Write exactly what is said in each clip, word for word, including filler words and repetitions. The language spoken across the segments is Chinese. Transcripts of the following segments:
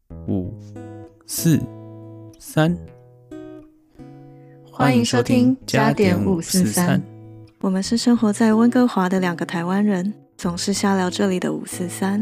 五、四、三， 欢迎收听加点五四三。我们是生活在温哥华的两个台湾人，总是瞎聊这里的五四三。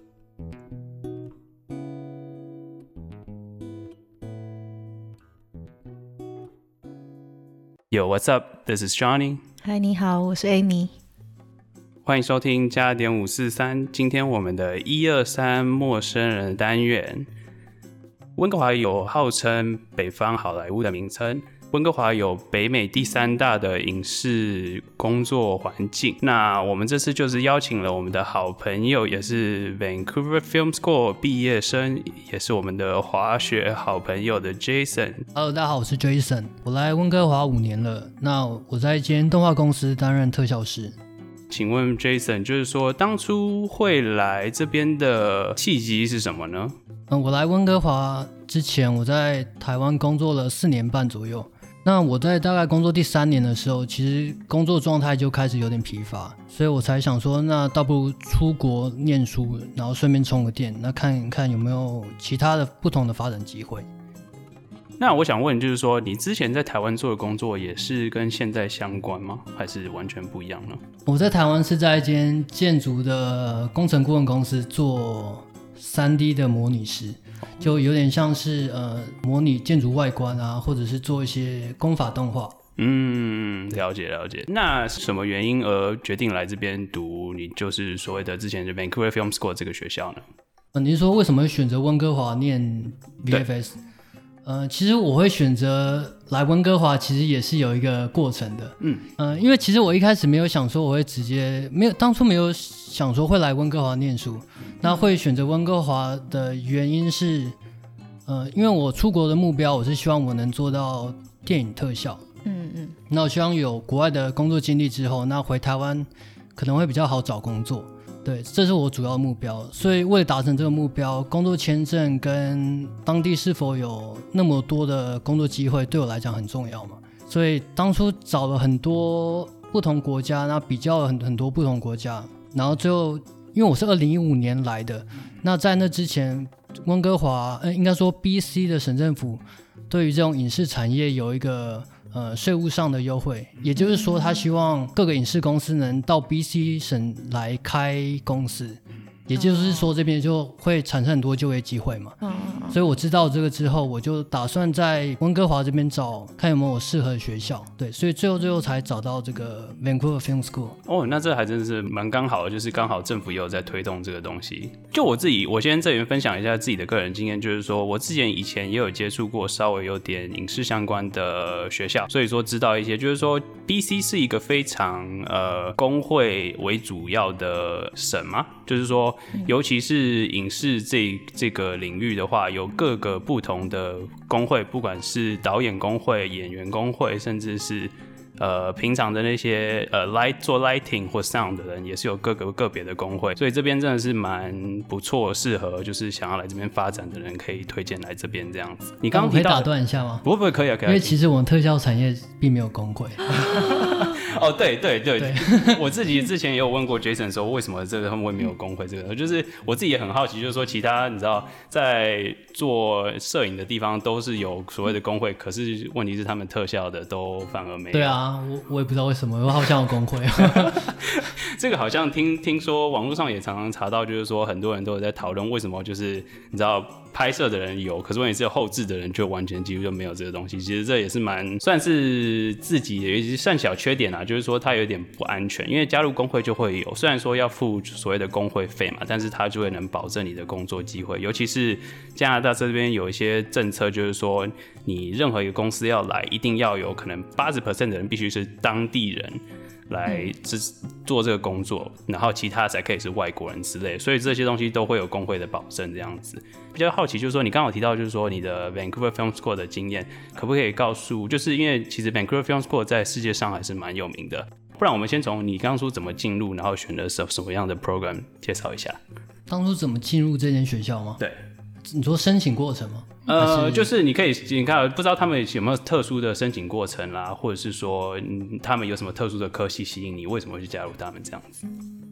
Yo, what's up? This is Johnny. 嗨，你好，我是 Amy。 欢迎收听加点五四三。今天我们的一二三陌生人的单元。温哥华有号称北方好莱坞的名称。温哥华有北美第三大的影视工作环境。那我们这次就是邀请了我们的好朋友，也是 Vancouver Film School 毕业生，也是我们的滑雪好朋友的 Jason。Hello， 大家好，我是 Jason。我来温哥华五年了。那我在一间动画公司担任特效师。 请问 Jason， 就是说当初会来这边的契机是什么呢？ 嗯，我来温哥华之前，我在台湾工作了四年半左右。那我在大概工作第三年的时候，其实工作状态就开始有点疲乏，所以我才想说，那倒不如出国念书，然后顺便充个电，那看看有没有其他的不同的发展机会。 那我想问，就是说你之前在台湾做的工作也是跟现在相关吗？还是完全不一样呢？ 我在台湾是在一间建筑的工程顾问公司做 三 D 的模拟师，就有点像是呃模拟建筑外观啊，或者是做一些工法动画。 嗯，了解了解。那什么原因而决定来这边读你就是所谓的之前的 Vancouver Film School 这个学校呢？ 呃，你是说为什么会选择温哥华念 V F S？呃，其实我会选择来温哥华，其实也是有一个过程的。嗯，呃，因为其实我一开始没有想说我会直接没有当初没有想说会来温哥华念书。那会选择温哥华的原因是，呃，因为我出国的目标，我是希望我能做到电影特效。嗯嗯。那我希望有国外的工作经历之后，那回台湾可能会比较好找工作。对，这是我主要的目标。所以为了达成这个目标，工作签证跟当地是否有那么多的工作机会，对我来讲很重要嘛。所以当初找了很多不同国家，那比较了 很, 很多不同国家，然后最后因为我是二零一五年来的，那在那之前，温哥华，呃，应该说 B C 的省政府对于这种影视产业有一个呃税务上的优惠，也就是说，他希望各个影视公司能到 B C 省来开公司。也就是说这边就会产生很多就业机会嘛，嗯，所以我知道这个之后，我就打算在温哥华这边找看有没有适合的学校，对，所以最后最后才找到这个 Vancouver Film School。 哦，那这还真的是蛮刚好的，就是刚好政府也有在推动这个东西。就我自己，我先这边分享一下自己的个人经验，就是说我之前以前也有接触过稍微有点影视相关的学校，所以说知道一些，就是说 B C 是一个非常呃工会为主要的省嘛，就是说。尤其是影视 这, 这个领域的话，有各个不同的工会，不管是导演工会、演员工会，甚至是呃平常的那些呃 light 做 lighting 或 sound 的人，也是有各个个别的工会，所以这边真的是蛮不错，适合就是想要来这边发展的人可以推荐来这边这样子。你刚刚提到， 我可以打断一下吗？ 不不可以啊，可以啊。 因为其实我们特效产业并没有工会。 哦，对对 对, 对我自己之前也有问过 Jason 说，为什么这个他们会没有工会？这个就是我自己也很好奇，就是说其他你知道在做摄影的地方都是有所谓的工会，可是问题是他们特效的都反而没有。 对啊，我我也不知道为什么，我好像有工会。 这个好像听听说网络上也常常查到，就是说很多人都有在讨论为什么就是你知道。拍摄的人有，可是问题是后制的人就完全几乎就没有这个东西。其实这也是蛮算是自己的一算小缺点啊，就是说它有点不安全，因为加入工会就会有，虽然说要付所谓的工会费嘛，但是它就会能保证你的工作机会。尤其是加拿大这边有一些政策，就是说你任何一个公司要来，一定要有可能 百分之八十 的人必须是当地人。来做这个工作，然后其他才可以是外国人之类，所以这些东西都会有工会的保证这样子。比较好奇就是说，你刚好提到就是说你的 Vancouver Film School 的经验，可不可以告诉？就是因为其实 Vancouver Film School 在世界上还是蛮有名的，不然我们先从你刚刚说怎么进入，然后选了什什么样的 program 介绍一下。 当初怎么进入这间学校吗？ 对， 你说申请过程吗？ 呃，就是你可以，你看，不知道他们有没有特殊的申请过程啦，或者是说、嗯、他们有什么特殊的科系吸引你，为什么会去加入他们这样子？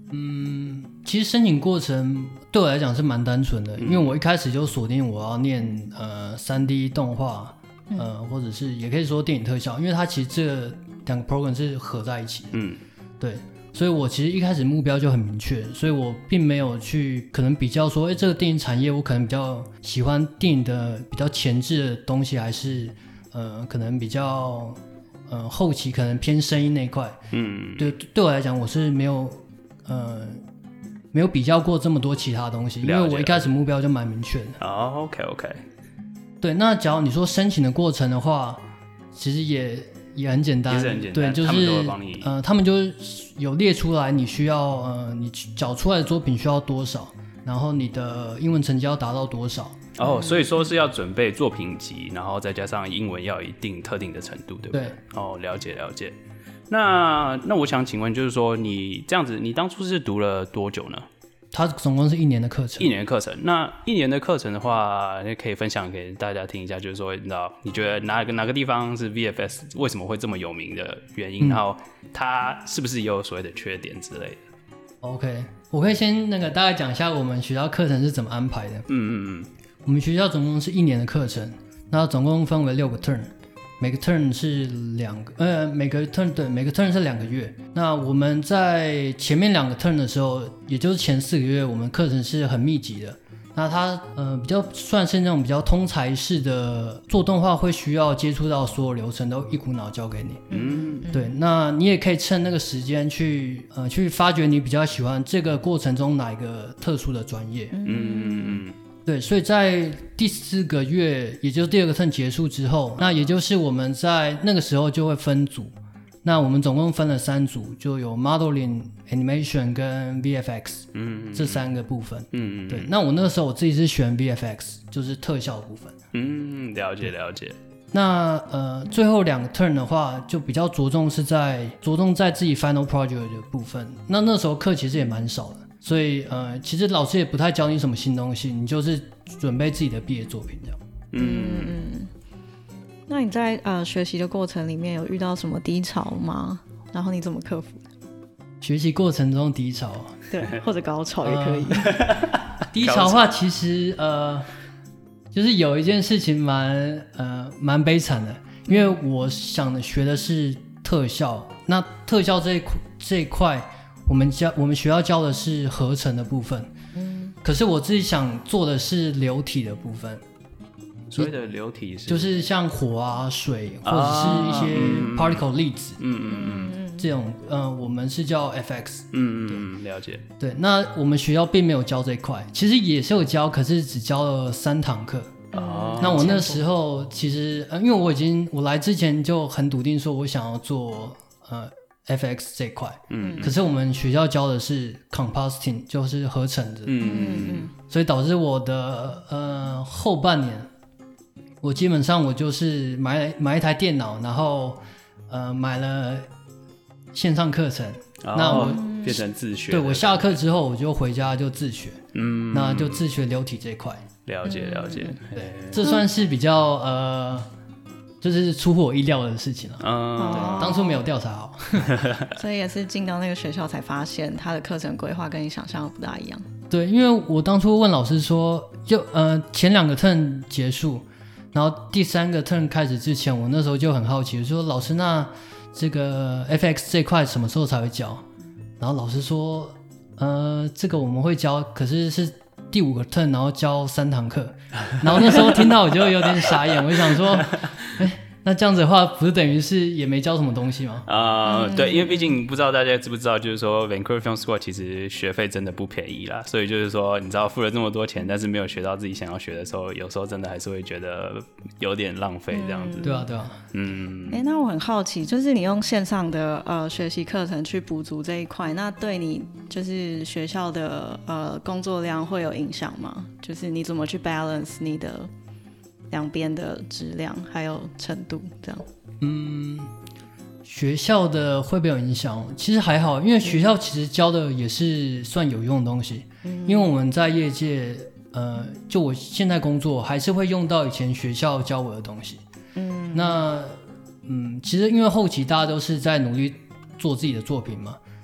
嗯，其实申请过程对我来讲是蛮单纯的，嗯、因为我一开始就锁定我要念呃 三 D 动画，呃，或者是也可以说电影特效，因为它其实这两个 program 是合在一起的。嗯，对。所以我其实一开始目标就很明确，所以我并没有去可能比较说，哎，这个电影产业我可能比较喜欢电影的比较前置的东西，还是呃可能比较呃后期可能偏声音那一块。嗯，对，对我来讲我是没有呃没有比较过这么多其他东西，因为我一开始目标就蛮明确的。 哦 ，OK OK。 对，那假如你说申请的过程的话，其实也。也很简单， 也是很简单， 对，就是他们都会帮你， 呃，他们就有列出来你需要，呃，你缴出来的作品需要多少，然后你的英文成绩要达到多少。 哦，所以说是要准备作品集，然后再加上英文要有一定特定的程度，对不对？ 对。 哦，了解了解。那那我想请问，就是说你这样子，你当初是读了多久呢？ 它总共是一年的课程， 一年的课程。那一年的课程的话，你可以分享给大家听一下，就是说，你知道，你觉得哪个哪个地方是 V F X 为什么会这么有名的原因，嗯、然后它是不是也有所谓的缺点之类的 ？OK， 我可以先那个大概讲一下我们学校课程是怎么安排的。嗯嗯嗯。我们学校总共是一年的课程，那总共分为六个 turn。每个 turn 是两个，呃，每个 turn 对，每个 turn 是两个月。那我们在前面两个 turn 的时候，也就是前四个月，我们课程是很密集的。那它呃比较算是那种比较通才式的，做动画会需要接触到所有流程都一股脑教给你。嗯，对。那你也可以趁那个时间去呃去发掘你比较喜欢这个过程中哪一个特殊的专业。嗯嗯嗯。对，所以在第四个月，也就是第二个 turn 结束之后，那也就是我们在那个时候就会分组。那我们总共分了三组，就有 modeling、animation 跟 V F X， 嗯, 嗯，这三个部分。嗯, 嗯对。那我那个时候我自己是选 V F X， 就是特效的部分。 嗯，了解了解。 那呃，最后两个 turn 的话，就比较着重是在着重在自己 final project 的部分。那那时候课其实也蛮少的。所以呃，其实老师也不太教你什么新东西，你就是准备自己的毕业作品这样。 嗯嗯。那你在呃学习的过程里面有遇到什么低潮吗？然后你怎么克服的？ 学习过程中低潮， 对，或者高潮也可以。 呃、低潮的话，其实呃，就是有一件事情蛮呃蛮悲惨的，因为我想学的是特效，那特效这一这一块。我们教我们学校教的是合成的部分，嗯，可是我自己想做的是流体的部分。 所谓的流体是就是像火啊、水，或者是一些 particle 粒子，嗯嗯嗯，这种呃，我们是叫 F X， 嗯嗯嗯，了解。 对，那我们学校并没有教这一块，其实也是有教，可是只教了三堂课。哦，那我那时候其实，呃，因为我已经我来之前就很笃定说我想要做呃。F X 这一块，嗯，可是我们学校教的是 compositing， 就是合成的，嗯嗯嗯，所以导致我的呃后半年，我基本上我就是买买一台电脑，然后呃买了线上课程， 哦、 那我变成自学， 对我下课之后我就回家就自学，嗯，那就自学流体这一块， 了解了解， 对，这算是比较呃。就是出乎我意料的事情啊，嗯，对，当初没有调查好， 所以也是进到那个学校才发现他的课程规划跟你想象的不大一样。 对，因为我当初问老师说，就呃前两个 turn 结束，然后第三个 turn 开始之前，我那时候就很好奇，说老师，那这个 F X 这块什么时候才会教？然后老师说，呃，这个我们会教，可是是第五个 turn， 然后教三堂课。然后那时候听到我就有点傻眼，我就想说，哎，那这样子的话，不是等于是也没教什么东西吗？ 啊、呃嗯，对，因为毕竟不知道大家知不知道，就是说 Vancouver Film School 其实学费真的不便宜啦，所以就是说，你知道付了这么多钱，但是没有学到自己想要学的时候，有时候真的还是会觉得有点浪费这样子。 嗯、对啊，对啊。 嗯。哎，那我很好奇，就是你用线上的呃学习课程去补足这一块，那对你就是学校的呃工作量会有影响吗？就是你怎么去 balance 你的两边的质量还有程度这样？ 嗯，学校的会不会有影响？其实还好，因为学校其实教的也是算有用的东西。嗯、因为我们在业界，呃，就我现在工作还是会用到以前学校教我的东西。嗯，那嗯，其实因为后期大家都是在努力做自己的作品嘛，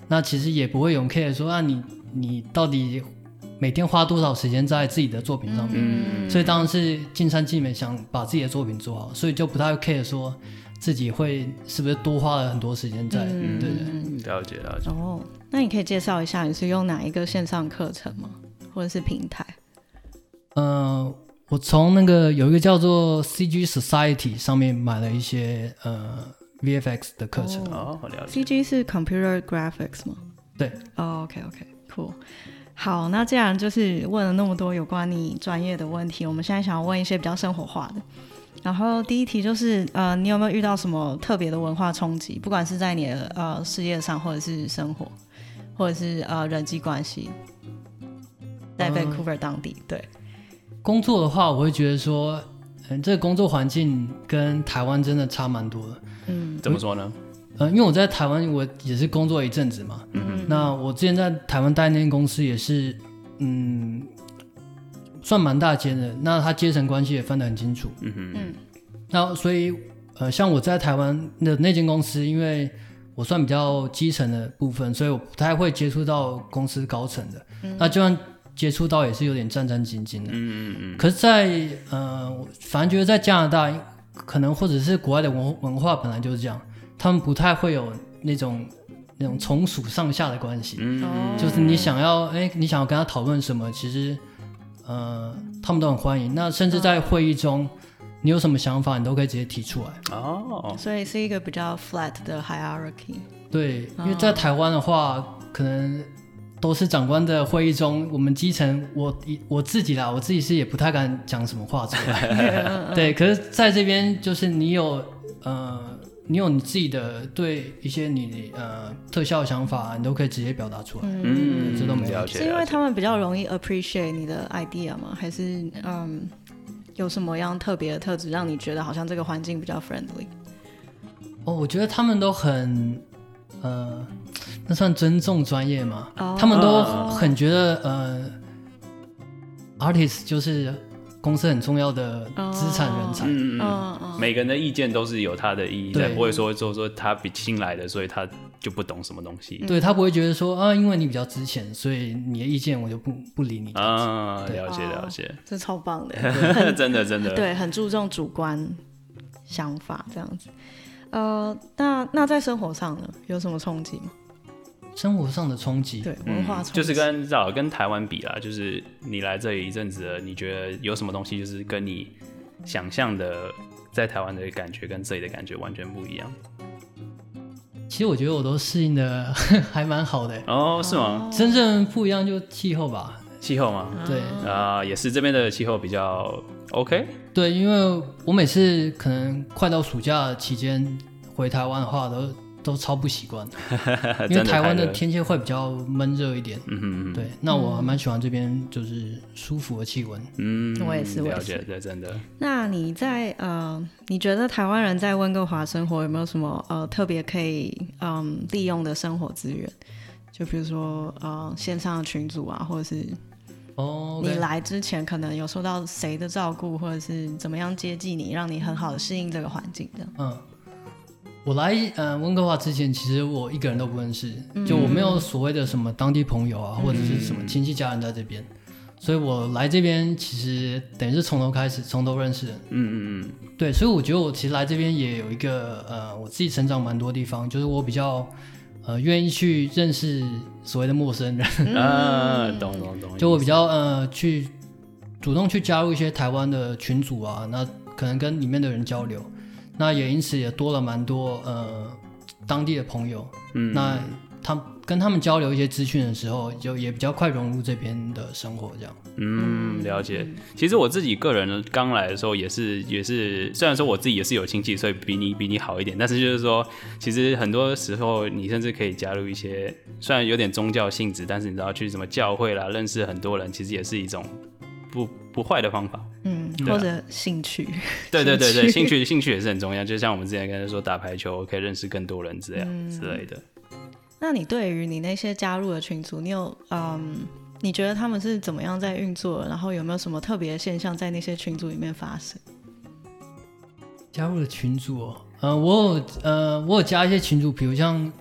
那其实也不会有人 care 说啊你你到底每天花多少时间在自己的作品上面，嗯、所以当然是尽善尽美，想把自己的作品做好，所以就不太 care 说自己会是不是多花了很多时间在，嗯、对对，了解了解。 哦，那你可以介绍一下你是用哪一个线上课程吗？或者是平台？ 呃，我从那个有一个叫做 C G Society 上面买了一些呃 V F X 的课程。 哦，了解。 C G 是 Computer Graphics 吗？ 对。 哦 ，OK OK， cool。好，那既然就是问了那么多有关你专业的问题，我们现在想要问一些比较生活化的。然后第一题就是，呃，你有没有遇到什么特别的文化冲击？不管是在你的呃事业上，或者是生活，或者是呃人际关系，在 Vancouver 当地，对。 工作的话，我会觉得说，嗯，这个工作环境跟台湾真的差蛮多的。 嗯，怎么说呢？ 呃，因为我在台湾，我也是工作一阵子嘛。嗯，那我之前在台湾待那间公司也是，嗯，算蛮大间的。那它阶层关系也分得很清楚。嗯哼嗯。那所以，呃，像我在台湾的那间公司，因为我算比较基层的部分，所以我不太会接触到公司高层的。嗯、那就算接触到，也是有点战战兢兢的。嗯嗯嗯。可是在，在呃，反正觉得在加拿大，可能或者是国外的文文化本来就是这样。他们不太会有那种那种从属上下的关系，嗯、就是你想要哎，你想要跟他讨论什么，其实呃，他们都很欢迎。那甚至在会议中，你有什么想法，你都可以直接提出来。哦， 所以是一个比较 flat 的 hierarchy。 对，因为在台湾的话，可能都是长官的会议中，我们基层，我我自己啦，我自己是也不太敢讲什么话出来。对，可是在这边就是你有呃。你有你自己的对一些你呃特效的想法，你都可以直接表达出来。嗯，这都没有。 是因为他们比较容易 appreciate 你的 idea 吗？还是嗯有什么样特别的特质让你觉得好像这个环境比较 friendly？ 哦，我觉得他们都很呃，那算尊重专业吗？哦、他们都很觉得呃 ，artist 就是公司很重要的资产人才。 嗯嗯嗯，每个人的意见都是有他的意义在，不会说说说他比新来的，所以他就不懂什么东西。 对，他不会觉得说啊，因为你比较值钱，所以你的意见我就不不理你。 啊，了解了解， 这超棒的， 真的真的。 对，很注重主观想法这样子。呃，那那在生活上呢，有什么冲击吗？ 生活上的冲击， 对文化冲击、 嗯，就是跟找跟台湾比啦，就是你来这里一阵子了，你觉得有什么东西就是跟你想象的在台湾的感觉跟这里的感觉完全不一样？ 其实我觉得我都适应的还蛮好的。 哦，是吗？ 真正不一样就气候吧。 气候吗？ 对啊、呃，也是这边的气候比较 OK。 对，因为我每次可能快到暑假期间回台湾的话都。都超不习惯，因为台湾的天气会比较闷热一点。嗯哼，对，那我还蛮喜欢这边就是舒服的气温。 嗯，我也是，我了解，对，真的。 那你在呃，你觉得台湾人在温哥华生活有没有什么呃特别可以嗯利用的生活资源？就比如说呃线上的群组啊，或者是哦， oh, okay. 你来之前可能有受到谁的照顾，或者是怎么样接济你，让你很好的适应这个环境的？ 嗯。我来呃温哥华之前，其实我一个人都不认识，嗯、就我没有所谓的什么当地朋友啊，嗯、或者是什么亲戚家人在这边，所以我来这边其实等于是从头开始，从头认识人。嗯嗯嗯，对，所以我觉得我其实来这边也有一个呃我自己成长蛮多地方，就是我比较呃愿意去认识所谓的陌生人。 嗯、啊，懂懂懂。 就我比较呃去主动去加入一些台湾的群组啊，那可能跟里面的人交流。那也因此也多了蛮多呃当地的朋友，嗯，那他跟他们交流一些资讯的时候，就也比较快融入这边的生活，这样。 嗯，了解。其实我自己个人刚来的时候也是也是，虽然说我自己也是有亲戚，所以比你比你好一点，但是就是说，其实很多时候你甚至可以加入一些虽然有点宗教性质，但是你知道去什么教会啦，认识很多人，其实也是一种不不坏的方法。 嗯，或者兴趣， 对对对对，兴趣兴趣也是很重要。就像我们之前跟他说打排球，可以认识更多人之类、嗯、之类的。 那你对于你那些加入的群组，你有嗯，你觉得他们是怎么样在运作？然后有没有什么特别的现象在那些群组里面发生？ 加入的群组哦，呃，我有呃，我有加一些群组，比如像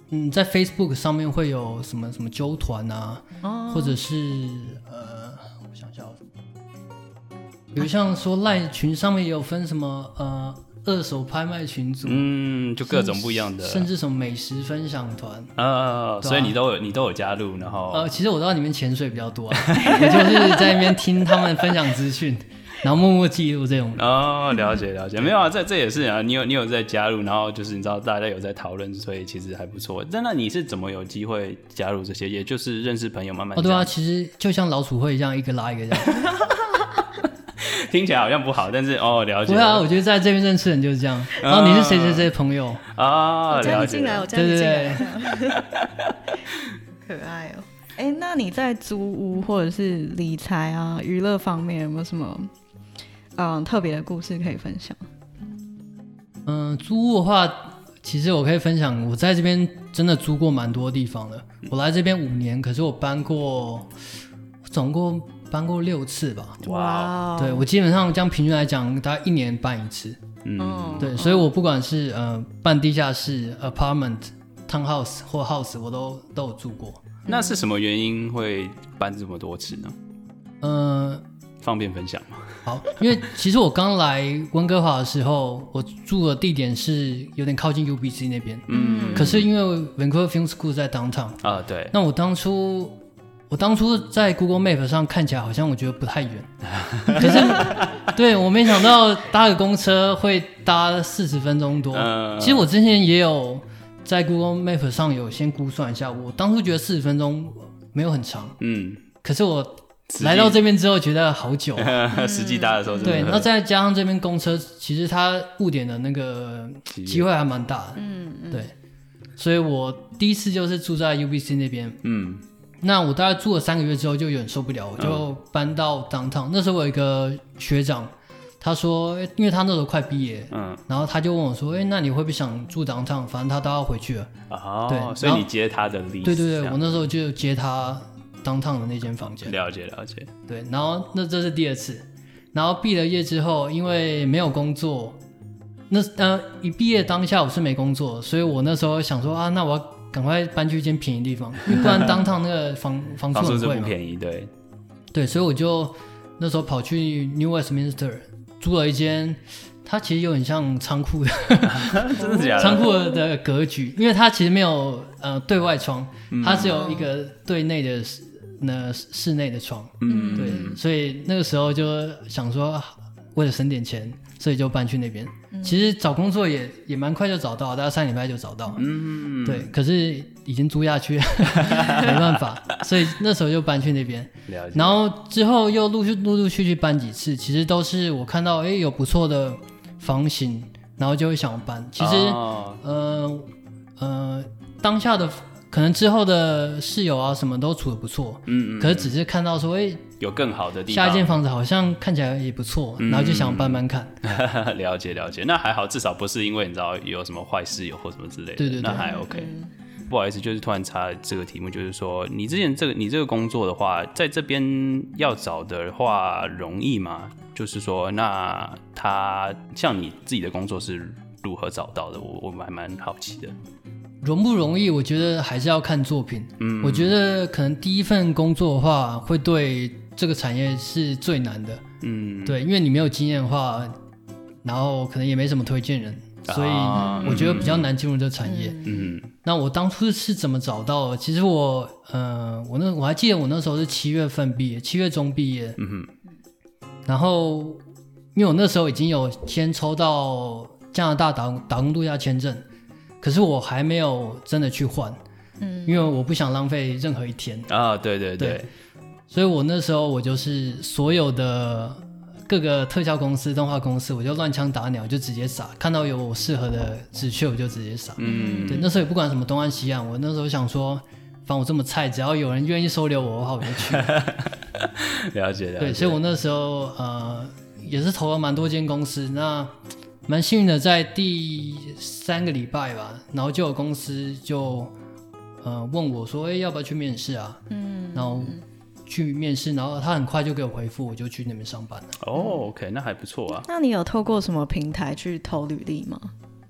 嗯，在 Facebook 上面会有什么什么纠团啊，哦、或者是呃，我想想，比如像说赖群上面也有分什么呃二手拍卖群组， 嗯，就各种不一样的， 甚至什么美食分享团啊、呃，所以你都有你都有加入，然后呃，其实我都在里面潜水比较多、啊，我就是在那边听他们分享资讯。然后默默记录这种哦，了解了解，没有啊，这这也是啊，你有你有在加入，然后就是你知道大家有在讨论，所以其实还不错。但那你是怎么有机会加入这些？也就是认识朋友，慢慢哦，对啊，其实就像老鼠会一样，一个拉一个这样。 听起来好像不好，但是哦，了解。 不会啊，我觉得在这边认识人就是这样。然后你是谁谁谁朋友啊？ 我加你进来，我加你进来， 对对可爱哦。哎，那你在租屋或者是理财啊、娱乐方面有没有什么？嗯，特别的故事可以分享。 嗯，租屋的话，其实我可以分享，我在这边真的租过蛮多地方的。我来这边五年，可是我搬过，总共搬过六次吧。 哇！ 对，我基本上这样平均来讲，大概一年搬一次。嗯，对，所以我不管是呃办地下室、apartment、townhouse 或 house， 我都都有住过。 那是什么原因会搬这么多次呢？ 呃。 方便分享吗？ 好，因为其实我刚来温哥华的时候，我住的地点是有点靠近 U B C 那边，嗯，可是因为 Vancouver Film School 在 downtown 啊，对， 那我当初我当初在 Google Map 上看起来好像我觉得不太远，就是对我没想到搭个公车会搭四十分钟多，嗯，其实我之前也有在 Google Map 上有先估算一下，我当初觉得四十分钟没有很长，嗯，可是我来到这边之后觉得好久、啊， 实际搭的时候真的对，那再加上这边公车，其实它误点的那个机会还蛮大的，嗯，对，所以我第一次就是住在 U B C 那边，嗯，那我大概住了三个月之后就有点受不了，我就搬到 downtown。那时候我有一个学长，他说，因为他那时候快毕业，嗯，然后他就问我说，哎、欸，那你会不会想住 downtown？ 反正他都要回去了， 哦，对，所以你接他的 lease， 对对对，我那时候就接他。downtown 的那间房间， 了解了解。 对，然后那这是第二次，然后毕了业之后，因为没有工作，那呃一毕业当下我是没工作，所以我那时候想说啊，那我要赶快搬去一间便宜的地方，因为不然downtown那个房房租很贵嘛，房租不便宜，对对，所以我就那时候跑去 New Westminster 租了一间。它其实有点像仓库的， 真的假的？ 仓库的格局，因为它其实没有呃对外窗，它只有一个对内的那室内的窗，嗯，对，所以那个时候就想说，为了省点钱，所以就搬去那边。嗯、其实找工作也也蛮快就找到，大概三礼拜就找到，嗯，对，可是已经租下去，没办法，所以那时候就搬去那边。然后之后又陆续陆陆续续搬几次，其实都是我看到哎有不错的房型，然后就会想搬。其实，哦、呃呃，当下的可能之后的室友啊，什么都处得不错，嗯, 嗯, 嗯，可是只是看到说，哎， 有更好的地方， 下一间房子好像看起来也不错，嗯、然后就想搬搬看。 了解了解，那还好，至少不是因为你知道有什么坏室友或什么之类的， 对对对， 那还 OK。嗯不好意思，就是突然插这个题目，就是说你之前这个你这个工作的话，在这边要找的话容易吗？就是说，那他像你自己的工作是如何找到的？我我还蛮好奇的。 容不容易？我觉得还是要看作品。嗯，我觉得可能第一份工作的话，会对这个产业是最难的。嗯，对，因为你没有经验的话，然后可能也没什么推荐人。所以我觉得比较难进入这个产业。嗯，那我当初是怎么找到的？其实我，呃，我那我还记得我那时候是七月份毕业，七月中毕业。嗯哼。然后，因为我那时候已经有先抽到加拿大打打工度假签证，可是我还没有真的去换。嗯。因为我不想浪费任何一天。 啊，对对 对, 对。所以我那时候我就是所有的。各个特效公司、动画公司，我就乱枪打鸟，就直接撒。看到有我适合的职缺，我就直接撒。嗯，对，那时候也不管什么东岸西岸，我那时候想说，反正我这么菜，只要有人愿意收留我的话，我就去。 了解了解。 对，所以我那时候呃也是投了蛮多间公司，那蛮幸运的，在第三个礼拜吧，然后就有公司就呃问我说，哎、欸，要不要去面试啊？嗯，然后。去面试，然后他很快就给我回复，我就去那边上班了。 哦 ，OK， 那还不错啊。 那你有透过什么平台去投履历吗？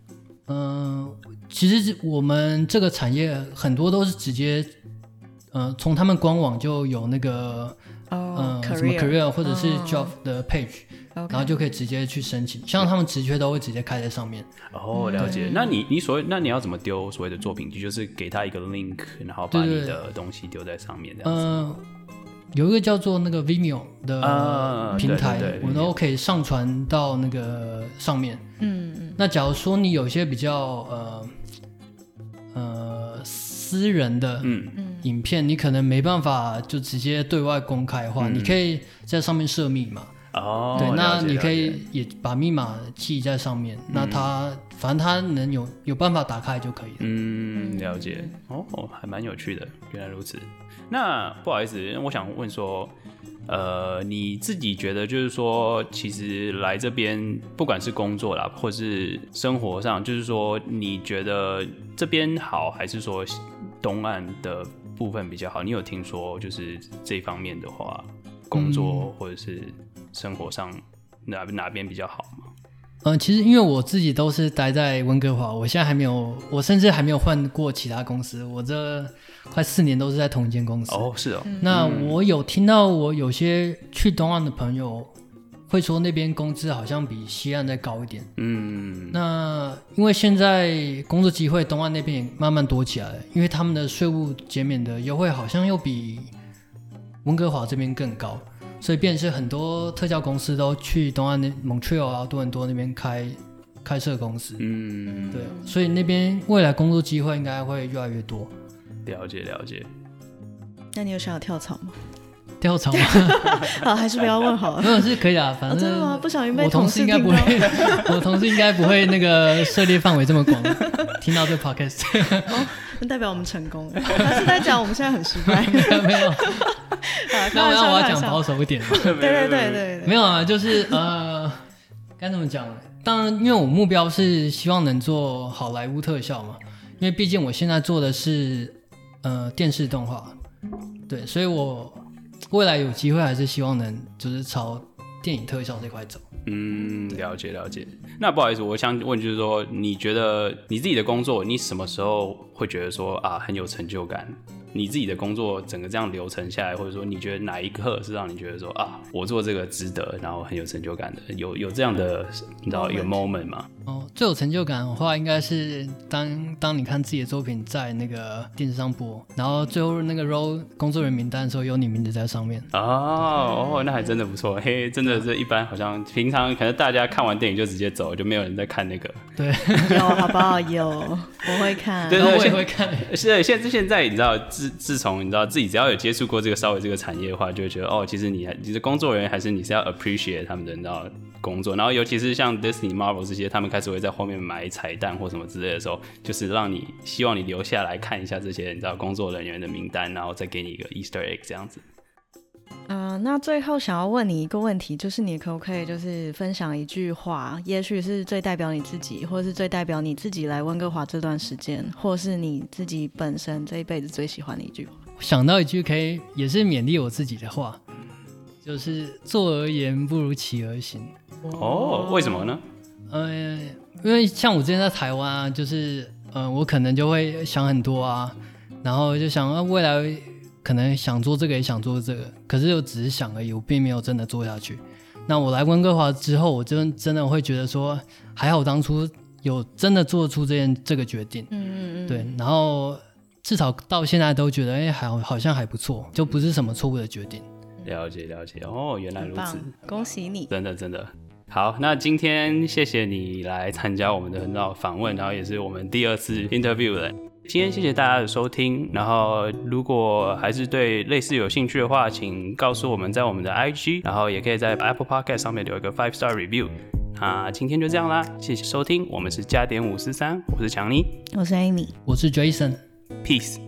嗯、呃，其实我们这个产业很多都是直接，呃，从他们官网就有那个， 哦、 呃， career 什么 career 或者是 job 的 page，、oh. 然后就可以直接去申请。像他们职缺都会直接开在上面。 哦，了解。那你你所谓那你要怎么丢所谓的作品集？就是给他一个 link， 然后把你的东西丢在上面这样子。呃有一个叫做那个 Vimeo 的平台，啊、对对对我都可以上传到那个上面。嗯嗯。那假如说你有些比较呃呃私人的影片、嗯，你可能没办法就直接对外公开的话，嗯、你可以在上面设密码。 哦。 对，那你可以也把密码记在上面，嗯、那它反正它能有有办法打开就可以了。 嗯，了解。哦，还蛮有趣的，原来如此。那不好意思，我想问说，呃，你自己觉得就是说，其实来这边不管是工作啦，或是生活上，就是说，你觉得这边好，还是说东岸的部分比较好？你有听说就是这方面的话，工作或者是生活上哪哪边比较好吗？ 嗯，其实因为我自己都是待在温哥华，我现在还没有，我甚至还没有换过其他公司，我这快四年都是在同一间公司。 哦，是哦。 那我有听到我有些去东岸的朋友会说那边工资好像比西岸再高一点。嗯。那因为现在工作机会东岸那边也慢慢多起来了，因为他们的税务减免的优惠好像又比温哥华这边更高。所以变成是很多特效公司都去东岸那 Montreal 啊多伦多那边开开设公司，嗯，对，所以那边未来工作机会应该会越来越多。 了解了解。 那你有想要跳槽吗？ 跳槽吗？ 好，还是不要问好了。 没有是可以的，反正、哦、 真的吗？不小心被我同事应该不会，我同事应该不会那个涉猎范围这么广，听到这 podcast。 哦，那代表我们成功了。他是在讲我们现在很失败。 没有。那那我要讲保守一点嘛。 对对对对对。 没有啊，就是呃，该怎么讲？当然，因为我目标是希望能做好莱坞特效嘛，因为毕竟我现在做的是呃电视动画，对，所以我未来有机会还是希望能就是朝电影特效这块走。 嗯，了解了解。那不好意思，我想问就是说，你觉得你自己的工作，你什么时候会觉得说啊很有成就感？你自己的工作整个这样流程下来，或者说你觉得哪一刻是让你觉得说啊，我做这个值得，然后很有成就感的？有有这样的你知道一个 moment 吗？ 哦，最有成就感的话，应该是当当你看自己的作品在那个电视上播，然后最后那个 role 工作人员名单的时候有你名字在上面。 哦哦，那还真的不错。嘿，真的是一般好像平常可能大家看完电影就直接走，就没有人在看那个。 对， 有好不好？有，我会看。 对对，我也会看。 是现在现在你知道。自自从你知道自己只要有接触过这个稍微这个产业的话，就会觉得哦，其实你其实工作人员还是你是要 appreciate 他们的你知道工作，然后尤其是像 Disney、Marvel 这些，他们开始会在后面埋彩蛋或什么之类的时候，就是让你希望你留下来看一下这些你知道工作人员的名单，然后再给你一个 Easter egg 这样子。 呃，那最后想要问你一个问题，就是你可不可以就是分享一句话，也许是最代表你自己，或是最代表你自己来温哥华这段时间，或是你自己本身这一辈子最喜欢的一句话。 我想到一句可以也是勉励我自己的话，就是坐而言不如起而行。 哦，为什么呢？ 呃，因为像我之前在台湾啊，就是呃，我可能就会想很多啊，然后就想啊，未来可能想做这个也想做这个，可是我只是想而已，我并没有真的做下去。那我来温哥华之后，我真真的会觉得说，还好当初有真的做出这件这个决定，嗯嗯嗯，对，然后至少到现在都觉得，哎，好好像还不错，就不是什么错误的决定。 了解了解，哦，原来如此， 恭喜你， 真的真的。好，那今天谢谢你来参加我们的访问，然后也是我们第二次 interview 了。今天谢谢大家的收听，然后如果还是对类似有兴趣的话，请告诉我们在我们的 I G， 然后也可以在 Apple Podcast 上面留一个 five star review。那今天就这样啦，谢谢收听，我们是加点五四三，我是强尼， 我是 Amy， 我是 Jason， Peace。